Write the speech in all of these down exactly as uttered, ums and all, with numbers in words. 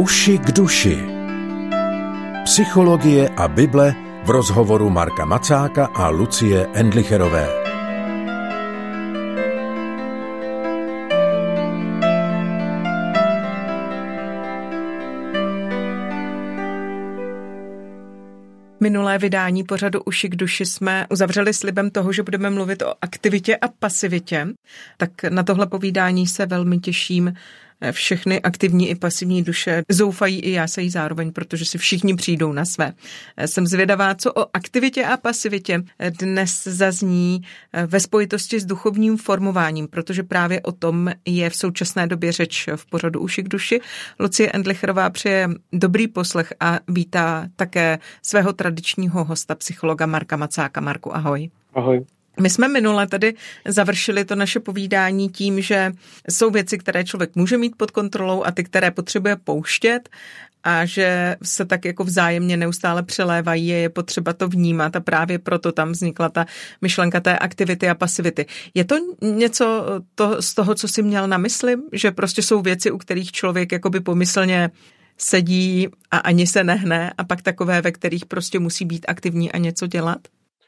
Uši k duši. Psychologie a Bible v rozhovoru Marka Macáka a Lucie Endlicherové. Minulé vydání pořadu Uši k duši jsme uzavřeli slibem toho, že budeme mluvit o aktivitě a pasivitě. Tak na tohle povídání se velmi těším. Všechny aktivní i pasivní duše zoufají i já se jí zároveň, protože si všichni přijdou na své. Jsem zvědavá, co o aktivitě a pasivitě dnes zazní ve spojitosti s duchovním formováním, protože právě o tom je v současné době řeč v pořadu Uši k duši. Lucie Endlicherová přeje dobrý poslech a vítá také svého tradičního hosta, psychologa Marka Macáka. Marku, ahoj. Ahoj. My jsme minule tady završili to naše povídání tím, že jsou věci, které člověk může mít pod kontrolou a ty, které potřebuje pouštět a že se tak jako vzájemně neustále přelévají, je potřeba to vnímat a právě proto tam vznikla ta myšlenka té aktivity a pasivity. Je to něco to, z toho, co jsi měl na mysli, že prostě jsou věci, u kterých člověk jakoby pomyslně sedí a ani se nehne a pak takové, ve kterých prostě musí být aktivní a něco dělat?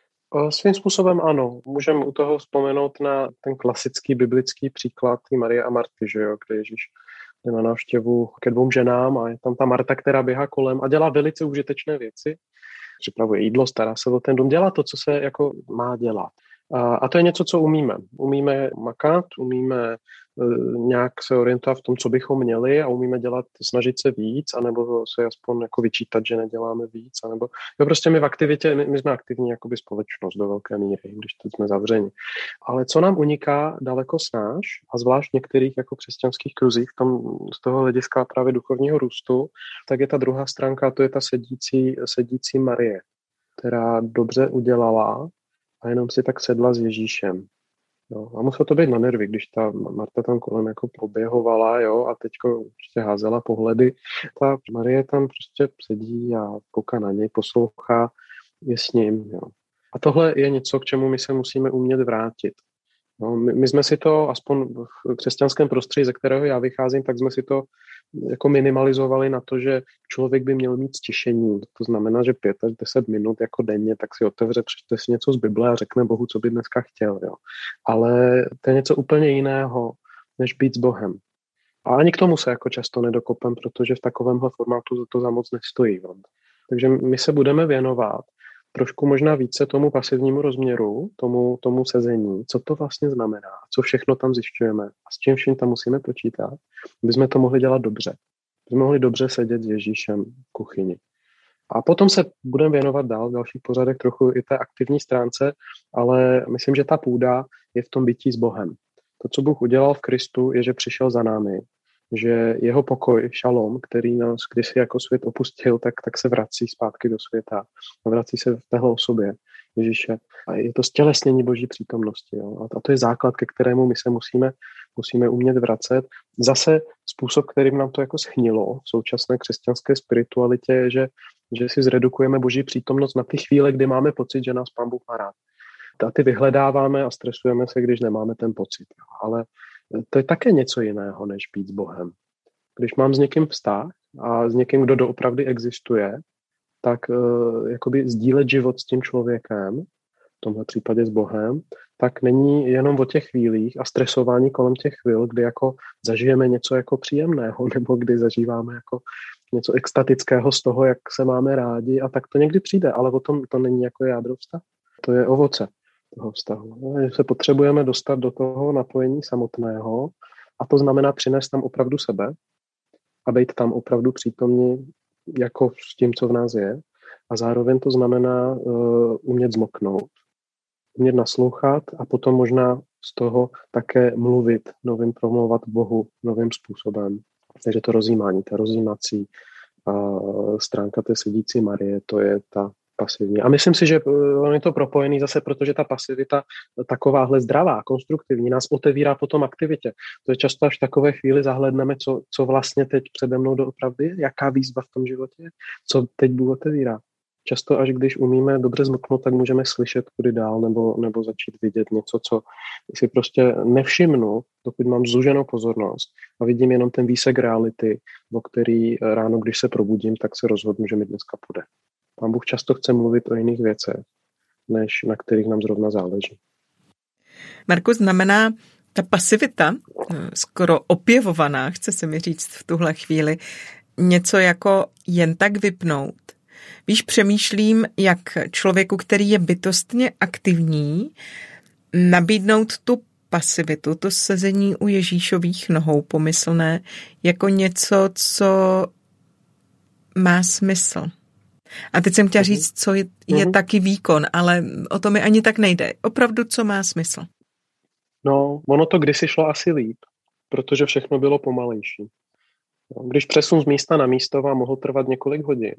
Svým způsobem ano. Můžeme u toho vzpomenout na ten klasický biblický příklad Marie a Marty, že jo, kde Ježíš jde na návštěvu ke dvou ženám a je tam ta Marta, která běhá kolem a dělá velice užitečné věci. Připravuje jídlo, stará se o ten dům, dělá to, co se jako má dělat. A, a to je něco, co umíme. Umíme makat, umíme e, nějak se orientovat v tom, co bychom měli a umíme dělat, snažit se víc, anebo se aspoň jako vyčítat, že neděláme víc, anebo jo, prostě my v aktivitě, my, my jsme aktivní jakoby společnost do velké míry, když teď jsme zavřeni. Ale co nám uniká daleko snáš, a zvlášť v některých jako křesťanských kruzích, v tom, z toho hlediska právě duchovního růstu, tak je ta druhá stránka, to je ta sedící, sedící Marie, která dobře udělala a jenom si tak sedla s Ježíšem. Jo. A muselo to být na nervy, když ta Marta tam kolem jako poběhovala, jo, a teďko určitě házela pohledy. Ta Marie tam prostě sedí a kouká na něj, poslouchá, je s ním. Jo. A tohle je něco, k čemu my se musíme umět vrátit. No, my, my jsme si to, aspoň v křesťanském prostředí, ze kterého já vycházím, tak jsme si to jako minimalizovali na to, že člověk by měl mít stišení. To znamená, že pět až deset minut jako denně, tak si otevře, přečte si něco z Bible a řekne Bohu, co by dneska chtěl. Jo. Ale to je něco úplně jiného, než být s Bohem. A ani k tomu se jako často nedokopem, protože v takovémhle formátu to za moc nestojí. Jo. Takže my se budeme věnovat trošku možná více tomu pasivnímu rozměru, tomu, tomu sezení, co to vlastně znamená, co všechno tam zjišťujeme a s čím vším tam musíme počítat, aby jsme to mohli dělat dobře. Aby jsme mohli dobře sedět s Ježíšem v kuchyni. A potom se budeme věnovat dál v dalších pořadech trochu i té aktivní stránce, ale myslím, že ta půda je v tom bytí s Bohem. To, co Bůh udělal v Kristu, je, že přišel za námi, že jeho pokoj, šalom, který nás kdysi jako svět opustil, tak, tak se vrací zpátky do světa. A vrací se v téhle osobě Ježíše. A je to stělesnění Boží přítomnosti. Jo? A to je základ, ke kterému my se musíme, musíme umět vracet. Zase způsob, kterým nám to jako schnilo v současné křesťanské spiritualitě, je, že, že si zredukujeme Boží přítomnost na ty chvíle, kdy máme pocit, že nás Pán Bůh má rád. A ty vyhledáváme a stresujeme se, když nemáme ten pocit. Ale to je také něco jiného, než být s Bohem. Když mám s někým vztah a s někým, kdo doopravdy existuje, tak uh, jakoby sdílet život s tím člověkem, v tomhle případě s Bohem, tak není jenom o těch chvílích a stresování kolem těch chvíl, kdy jako zažijeme něco jako příjemného, nebo kdy zažíváme jako něco extatického z toho, jak se máme rádi, a tak to někdy přijde, ale o tom to není jako jádro vztah. To je ovoce toho vztahu. Že se potřebujeme dostat do toho napojení samotného a to znamená přinést tam opravdu sebe a být tam opravdu přítomní jako s tím, co v nás je, a zároveň to znamená uh, umět zmoknout, umět naslouchat a potom možná z toho také mluvit, novým promluvat Bohu novým způsobem. Takže to rozjímání, ta rozjímací uh, stránka té sedící Marie, to je ta pasivní. A myslím si, že on je to propojený zase, protože ta pasivita takováhle zdravá, konstruktivní, nás otevírá potom aktivitě. To je často až v takové chvíli zahledneme, co, co vlastně teď přede mnou doopravdy je, jaká výzva v tom životě je, co teď Bůh otevírá. často až když umíme dobře zmlknout, tak můžeme slyšet kudy dál nebo, nebo začít vidět něco, co si prostě nevšimnu, dokud mám zúženou pozornost a vidím jenom ten výsek reality, o který ráno, když se probudím, tak se rozhodnu, že mi dneska půjde. Pán Bůh často chce mluvit o jiných věcech, než na kterých nám zrovna záleží. Marku, znamená ta pasivita, skoro opěvovaná, chce se mi říct v tuhle chvíli, něco jako jen tak vypnout? Víš, přemýšlím, jak člověku, který je bytostně aktivní, nabídnout tu pasivitu, to sezení u Ježíšových nohou pomyslné, jako něco, co má smysl. A teď jsem chtěla říct, co je, je mm-hmm. taky výkon, ale o to mi ani tak nejde. Opravdu, co má smysl? No, ono to kdysi šlo asi líp, protože všechno bylo pomalejší. Když přesun z místa na místo vám mohl trvat několik hodin,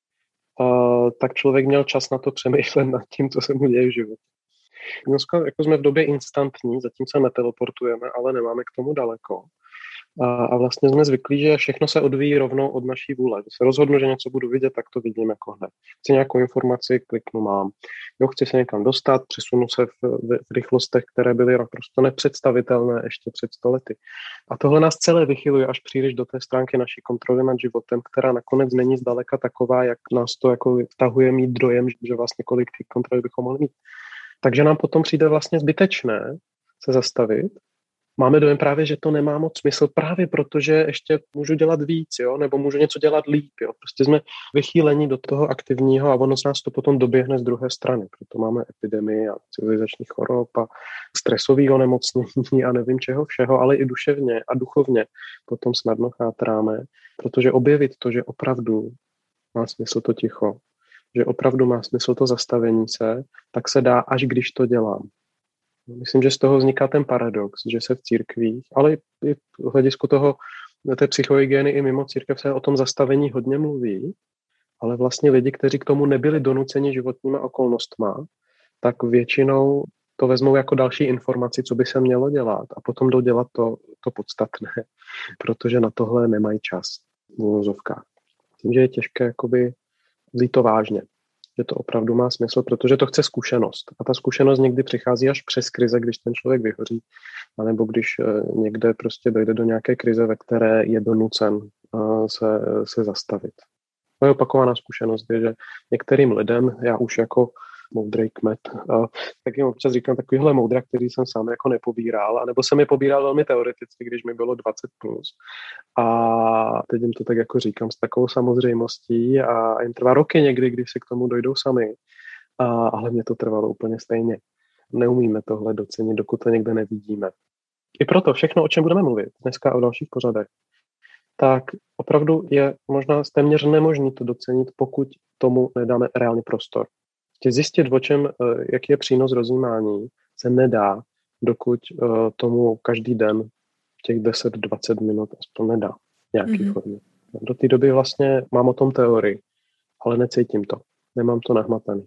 uh, tak člověk měl čas na to přemýšlet nad tím, co se mu děje v životě. Dneska jako jsme v době instantní, zatím se neteleportujeme, ale nemáme k tomu daleko. A, a vlastně jsme zvyklí, že všechno se odvíjí rovnou od naší vůle. Když se rozhodnu, že něco budu vidět, tak to vidím jako hned. Chci nějakou informaci, kliknu mám. Jo, chci se někam dostat, přesunu se v, v, v rychlostech, které byly naprosto nepředstavitelné ještě před sto lety. A tohle nás celé vychyluje až příliš do té stránky naší kontroly nad životem, která nakonec není zdaleka taková, jak nás to jako vtahuje mít dojem, že vlastně kolik těch kontrol bychom mohli mít. Takže nám potom přijde vlastně zbytečné se zastavit. Máme dojem právě, že to nemá moc smysl, právě protože ještě můžu dělat víc, jo? Nebo můžu něco dělat líp. Jo? Prostě jsme vychýleni do toho aktivního a ono z nás to potom doběhne z druhé strany. Proto máme epidemii a civilizačních chorob a stresových onemocnění a nevím čeho všeho, ale i duševně a duchovně potom snadno chátráme, protože objevit to, že opravdu má smysl to ticho, že opravdu má smysl to zastavení se, tak se dá, až když to dělám. Myslím, že z toho vzniká ten paradox, že se v církvích, ale i v hledisku toho, té psychohygieny i mimo církev se o tom zastavení hodně mluví, ale vlastně lidi, kteří k tomu nebyli donuceni životníma okolnostma, tak většinou to vezmou jako další informaci, co by se mělo dělat a potom jdou dělat to, to podstatné, protože na tohle nemají čas v uvozovkách. Myslím, že je těžké jakoby vzít to vážně, že to opravdu má smysl, protože to chce zkušenost. A ta zkušenost někdy přichází až přes krize, když ten člověk vyhoří, anebo když někde prostě dojde do nějaké krize, ve které je donucen se, se zastavit. Moje opakovaná zkušenost je, že některým lidem, já už jako moudrej kmet, tak jim občas říkám takovýhle moudra, který jsem sám jako nepobíral, anebo jsem je pobíral velmi teoreticky, když mi bylo dvacet plus. A teď jim to tak jako říkám s takovou samozřejmostí a jim trvá roky někdy, když se k tomu dojdou sami. A, ale mě to trvalo úplně stejně. Neumíme tohle docenit, dokud to někde nevidíme. I proto všechno, o čem budeme mluvit dneska o dalších pořadech, tak opravdu je možná téměř nemožné to docenit, pokud tomu nedáme reálný prostor. Zjistit, o čem, jaký je přínos rozjímání, se nedá, dokud tomu každý den těch deset dvacet minut aspoň nedá nějaký mm-hmm. formě. Do té doby vlastně mám o tom teorii, ale necítím to. Nemám to nahmataný.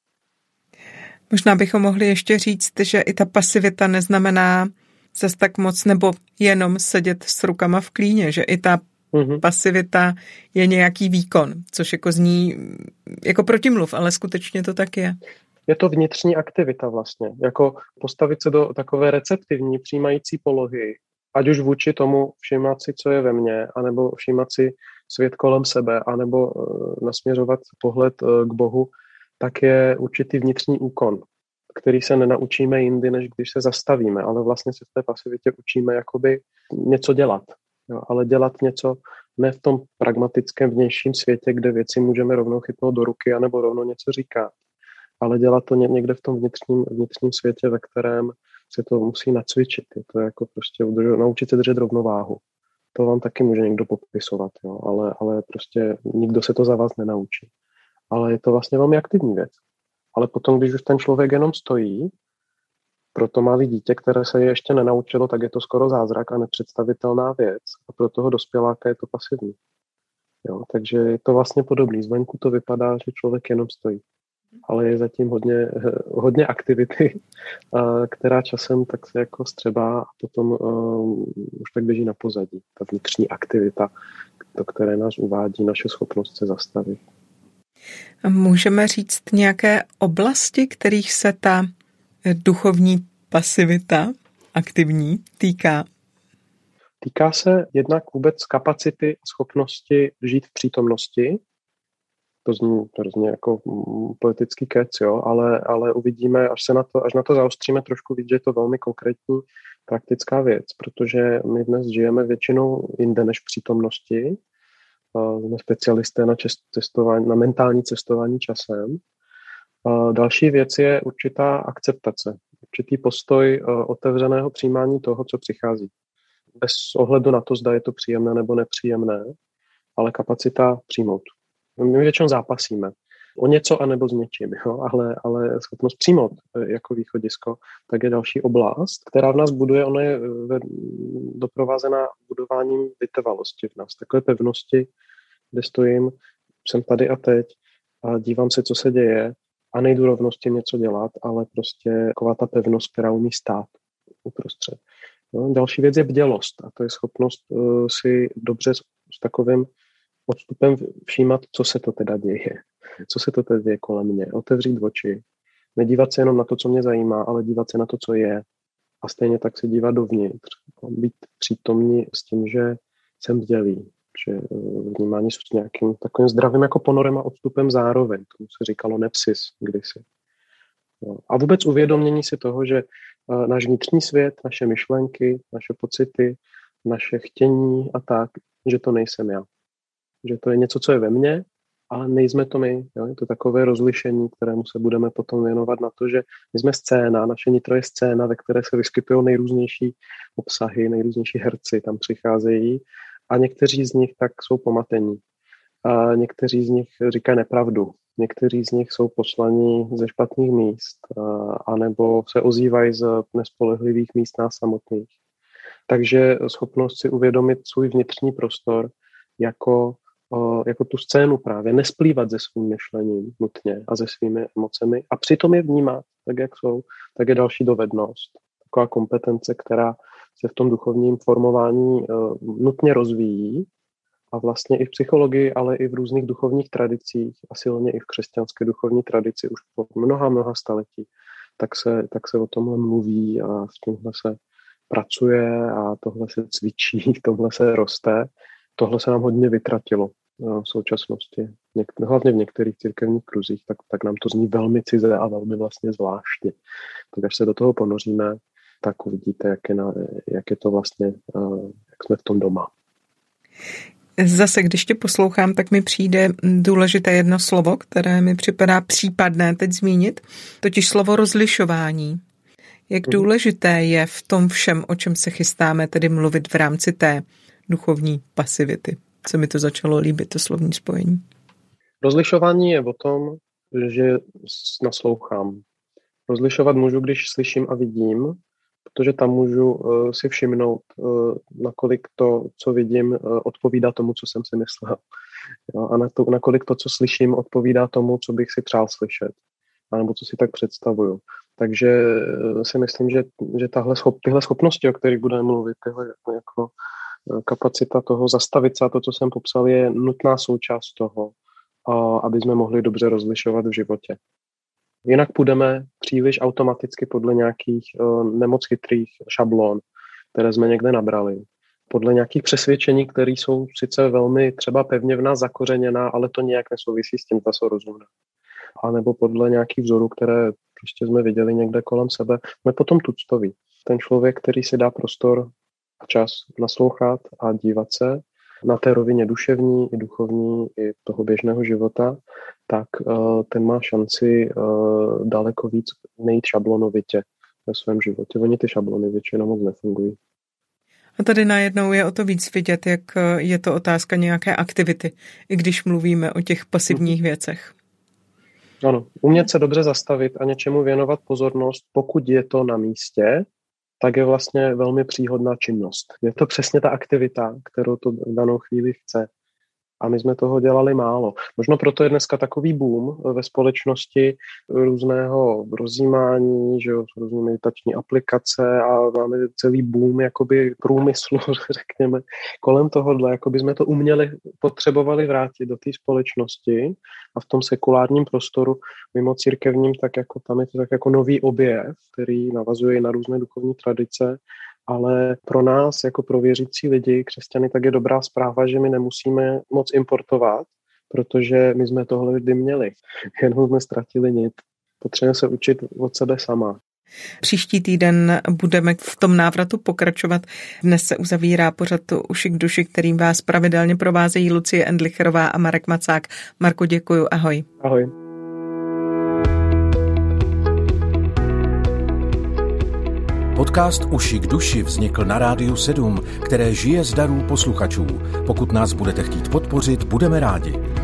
Možná bychom mohli ještě říct, že i ta pasivita neznamená zas tak moc nebo jenom sedět s rukama v klíně, že i ta mm-hmm. pasivita je nějaký výkon, což jako zní jako protimluv, ale skutečně to tak je. Je to vnitřní aktivita vlastně, jako postavit se do takové receptivní, přijímající polohy, ať už vůči tomu všímat si, co je ve mně, anebo všímat si svět kolem sebe, anebo uh, nasměřovat pohled uh, k Bohu, tak je určitý vnitřní úkon, který se nenaučíme jindy, než když se zastavíme, ale vlastně se v té pasivitě učíme jakoby něco dělat. Jo, ale dělat něco ne v tom pragmatickém vnějším světě, kde věci můžeme rovnou chytnout do ruky anebo rovnou něco říkat, ale dělat to někde v tom vnitřním, vnitřním světě, ve kterém se to musí nacvičit. Je to jako prostě udrž, naučit se držet rovnováhu. To vám taky může někdo popisovat, jo, ale, ale prostě nikdo se to za vás nenaučí. Ale je to vlastně velmi aktivní věc. Ale potom, když už ten člověk jenom stojí, pro to malé dítě, které se je ještě nenaučilo, tak je to skoro zázrak a nepředstavitelná věc. A pro toho dospěláka je to pasivní. Jo, takže je to vlastně podobný. Zvenku to vypadá, že člověk jenom stojí. Ale je zatím hodně, hodně aktivity, která časem tak se jako střebá a potom um, už tak běží na pozadí. Ta vnitřní aktivita, do které nás uvádí naše schopnost se zastavit. Můžeme říct nějaké oblasti, kterých se ta duchovní pasivita aktivní týká? Týká se jednak vůbec kapacity a schopnosti žít v přítomnosti. To zní hrozně jako politický kec, jo, ale, ale uvidíme, až se na to, až na to zaostříme trošku víc, že je to velmi konkrétní praktická věc, protože my dnes žijeme většinou jinde než v přítomnosti. Jsme specialisté na, cestování, na mentální cestování časem. Další věc je určitá akceptace, určitý postoj otevřeného přijímání toho, co přichází. Bez ohledu na to, zda je to příjemné nebo nepříjemné, ale kapacita přijmout. My většinou zápasíme o něco anebo s něčím, jo? Ale, ale schopnost přijmout jako východisko, tak je další oblast, která v nás buduje, ona je doprovázená budováním vytrvalosti v nás, takové pevnosti, kde stojím, jsem tady a teď a dívám se, co se děje a nejdu rovnou s tím něco dělat, ale prostě taková ta pevnost, která umí stát uprostřed. No, další věc je bdělost a to je schopnost uh, si dobře s, s takovým odstupem všímat, co se to teda děje. Co se to teda děje kolem mě. Otevřít oči. Nedívat se jenom na to, co mě zajímá, ale dívat se na to, co je. A stejně tak se dívat dovnitř. Být přítomní s tím, že jsem bdělý. Že vnímání s nějakým takovým zdravým jako ponorem a odstupem zároveň. Tomu se říkalo nepsis kdysi. No. A vůbec uvědomění si toho, že uh, náš vnitřní svět, naše myšlenky, naše pocity, naše chtění a tak, že to nejsem já. Že to je něco, co je ve mně, ale nejsme to my. Jo? Je to takové rozlišení, kterému se budeme potom věnovat na to, že my jsme scéna, naše nitro je scéna, ve které se vyskytují nejrůznější obsahy, nejrůznější herci tam přicházejí a někteří z nich tak jsou pomatení. A někteří z nich říkají nepravdu. Někteří z nich jsou poslaní ze špatných míst a, anebo se ozývají z nespolehlivých míst nás samotných. Takže schopnost si uvědomit svůj vnitřní prostor jako jako tu scénu právě, nesplývat se svým myšlením nutně a se svými emocemi a přitom je vnímat, tak jak jsou, tak je další dovednost. Taková kompetence, která se v tom duchovním formování uh, nutně rozvíjí a vlastně i v psychologii, ale i v různých duchovních tradicích a silně i v křesťanské duchovní tradici už po mnoha, mnoha staletí, tak se, tak se o tomhle mluví a s tímhle se pracuje a tohle se cvičí, tohle se roste. Tohle se nám hodně vytratilo v současnosti. Něk- hlavně v některých církevních kruzích, tak, tak nám to zní velmi cize a velmi vlastně zvláštně. Tak až se do toho ponoříme, tak uvidíte, jak je, na, jak je to vlastně, jak jsme v tom doma. Zase, když tě poslouchám, tak mi přijde důležité jedno slovo, které mi připadá případné teď zmínit, totiž slovo rozlišování. Jak důležité je v tom všem, o čem se chystáme tedy mluvit v rámci té duchovní pasivity. Se mi to začalo líbit, to slovní spojení. Rozlišování je o tom, že naslouchám. Rozlišovat můžu, když slyším a vidím, protože tam můžu uh, si všimnout, uh, nakolik to, co vidím, uh, odpovídá tomu, co jsem si myslel. Jo, a na to, nakolik to, co slyším, odpovídá tomu, co bych si přál slyšet. A nebo co si tak představuju. Takže uh, si myslím, že, že tahle schop, tyhle schopnosti, o kterých budeme mluvit, tyhle jako kapacita toho zastavit se a to, co jsem popsal, je nutná součást toho, aby jsme mohli dobře rozlišovat v životě. Jinak půjdeme příliš automaticky podle nějakých nemoc chytrých šablon, které jsme někde nabrali. Podle nějakých přesvědčení, které jsou sice velmi třeba pevně v nás zakořeněná, ale to nějak nesouvisí s tím, co jsou rozumné. A nebo podle nějakých vzorů, které prostě jsme viděli někde kolem sebe, jsme potom tuctoví. Ten člověk, který si dá prostor a čas naslouchat a dívat se na té rovině duševní i duchovní i toho běžného života, tak uh, ten má šanci uh, daleko víc nejít šablonovitě ve svém životě. Oni ty šablony většinou moc nefungují. A tady najednou je o to víc vidět, jak je to otázka nějaké aktivity, i když mluvíme o těch pasivních mm. věcech. Ano, umět se dobře zastavit a něčemu věnovat pozornost, pokud je to na místě, tak je vlastně velmi příhodná činnost. Je to přesně ta aktivita, kterou to v danou chvíli chce. A my jsme toho dělali málo. Možno proto je dneska takový boom ve společnosti různého rozjímání, že jo, různé meditační aplikace a máme celý boom jakoby průmyslu, řekněme, kolem tohohle, jakoby jsme to uměli, potřebovali vrátit do té společnosti a v tom sekulárním prostoru mimo církevním, tak jako tam je to tak jako nový objev, který navazuje na různé duchovní tradice. Ale pro nás, jako pro věřící lidi, křesťany, tak je dobrá zpráva, že my nemusíme moc importovat, protože my jsme tohle vždy měli. Jenom jsme ztratili nit. Potřebujeme se učit od sebe sama. Příští týden budeme v tom návratu pokračovat. Dnes se uzavírá pořad Uši k duši, kterým vás pravidelně provázejí Lucie Endlicherová a Marek Macák. Marku, děkuju, ahoj. Ahoj. Podcast Uši k duši vznikl na Rádiu sedm, které žije z darů posluchačů. Pokud nás budete chtít podpořit, budeme rádi.